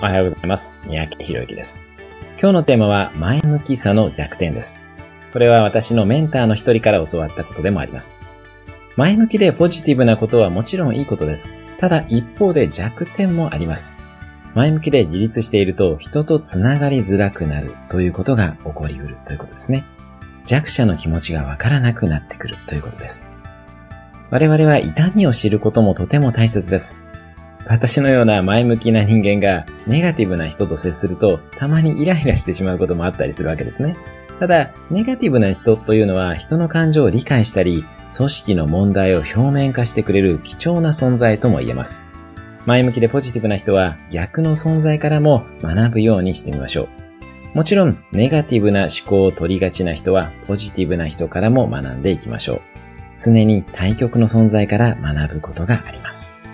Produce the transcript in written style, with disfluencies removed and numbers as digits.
おはようございます。三宅宏之です。今日のテーマは前向きさの逆転です。これは私のメンターの一人から教わったことでもあります。前向きでポジティブなことはもちろんいいことです。ただ一方で弱点もあります。前向きで自立していると人とつながりづらくなるということが起こりうるということですね。弱者の気持ちがわからなくなってくるということです。我々は痛みを知ることもとても大切です。私のような前向きな人間がネガティブな人と接するとたまにイライラしてしまうこともあったりするわけですね。ただ、ネガティブな人というのは人の感情を理解したり、組織の問題を表面化してくれる貴重な存在とも言えます。前向きでポジティブな人は逆の存在からも学ぶようにしてみましょう。もちろん、ネガティブな思考を取りがちな人はポジティブな人からも学んでいきましょう。常に対極の存在から学ぶことがあります。